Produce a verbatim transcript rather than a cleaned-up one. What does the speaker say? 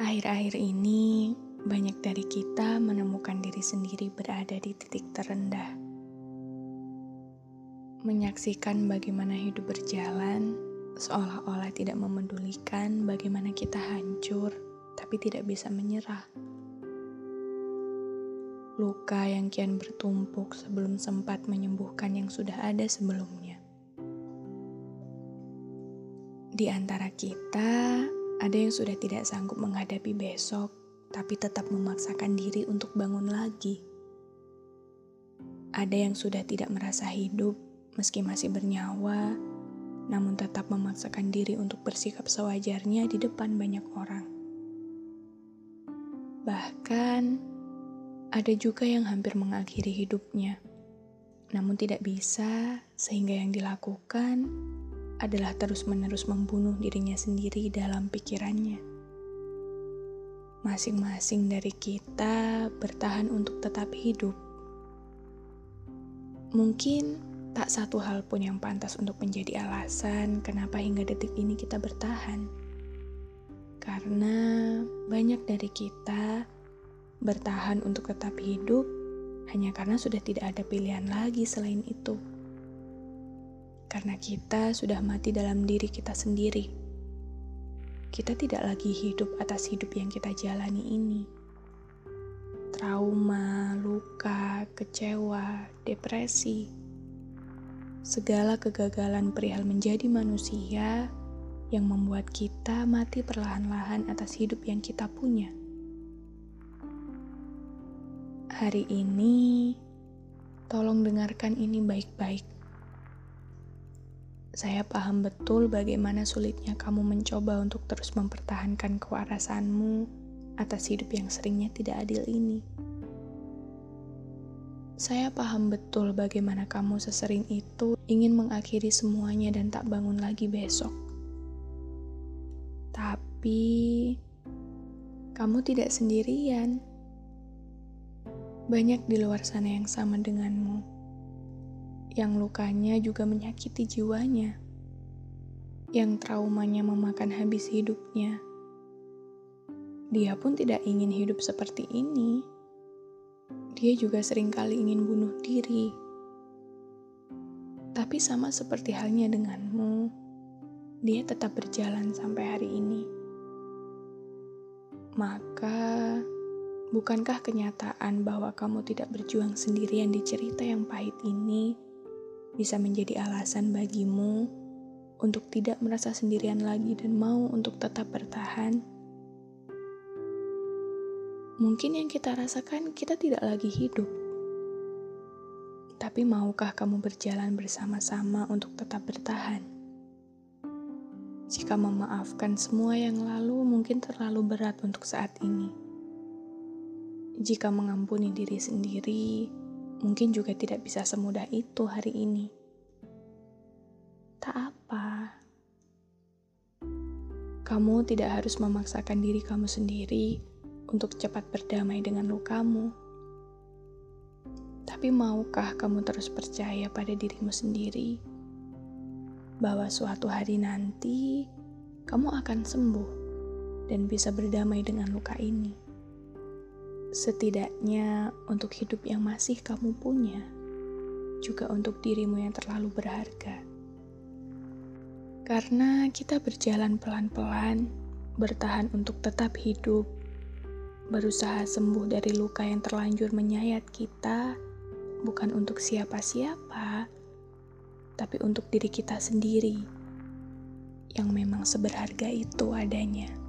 Akhir-akhir ini, banyak dari kita menemukan diri sendiri berada di titik terendah. Menyaksikan bagaimana hidup berjalan, seolah-olah tidak memedulikan bagaimana kita hancur, tapi tidak bisa menyerah. Luka yang kian bertumpuk sebelum sempat menyembuhkan yang sudah ada sebelumnya. Di antara kita, ada yang sudah tidak sanggup menghadapi besok, tapi tetap memaksakan diri untuk bangun lagi. Ada yang sudah tidak merasa hidup, meski masih bernyawa, namun tetap memaksakan diri untuk bersikap sewajarnya di depan banyak orang. Bahkan, ada juga yang hampir mengakhiri hidupnya, namun tidak bisa, sehingga yang dilakukan adalah terus-menerus membunuh dirinya sendiri dalam pikirannya. Masing-masing dari kita bertahan untuk tetap hidup. Mungkin tak satu hal pun yang pantas untuk menjadi alasan kenapa hingga detik ini kita bertahan. Karena banyak dari kita bertahan untuk tetap hidup hanya karena sudah tidak ada pilihan lagi selain itu. Karena kita sudah mati dalam diri kita sendiri. Kita tidak lagi hidup atas hidup yang kita jalani ini. Trauma, luka, kecewa, depresi, segala kegagalan perihal menjadi manusia yang membuat kita mati perlahan-lahan atas hidup yang kita punya. Hari ini, tolong dengarkan ini baik-baik. Saya paham betul bagaimana sulitnya kamu mencoba untuk terus mempertahankan kewarasanmu atas hidup yang seringnya tidak adil ini. Saya paham betul bagaimana kamu sesering itu ingin mengakhiri semuanya dan tak bangun lagi besok. Tapi, kamu tidak sendirian. Banyak di luar sana yang sama denganmu, yang lukanya juga menyakiti jiwanya, yang traumanya memakan habis hidupnya. Dia pun tidak ingin hidup seperti ini. Dia juga seringkali ingin bunuh diri. Tapi sama seperti halnya denganmu, dia tetap berjalan sampai hari ini. Maka, bukankah kenyataan bahwa kamu tidak berjuang sendirian di cerita yang pahit ini bisa menjadi alasan bagimu untuk tidak merasa sendirian lagi dan mau untuk tetap bertahan? Mungkin yang kita rasakan kita tidak lagi hidup. Tapi maukah kamu berjalan bersama-sama untuk tetap bertahan? Jika memaafkan semua yang lalu mungkin terlalu berat untuk saat ini. Jika mengampuni diri sendiri, mungkin juga tidak bisa semudah itu hari ini. Tak apa. Kamu tidak harus memaksakan diri kamu sendiri untuk cepat berdamai dengan lukamu. Tapi maukah kamu terus percaya pada dirimu sendiri bahwa suatu hari nanti kamu akan sembuh dan bisa berdamai dengan luka ini? Setidaknya untuk hidup yang masih kamu punya, juga untuk dirimu yang terlalu berharga. Karena kita berjalan pelan-pelan, bertahan untuk tetap hidup, berusaha sembuh dari luka yang terlanjur menyayat kita, bukan untuk siapa-siapa, tapi untuk diri kita sendiri, yang memang seberharga itu adanya.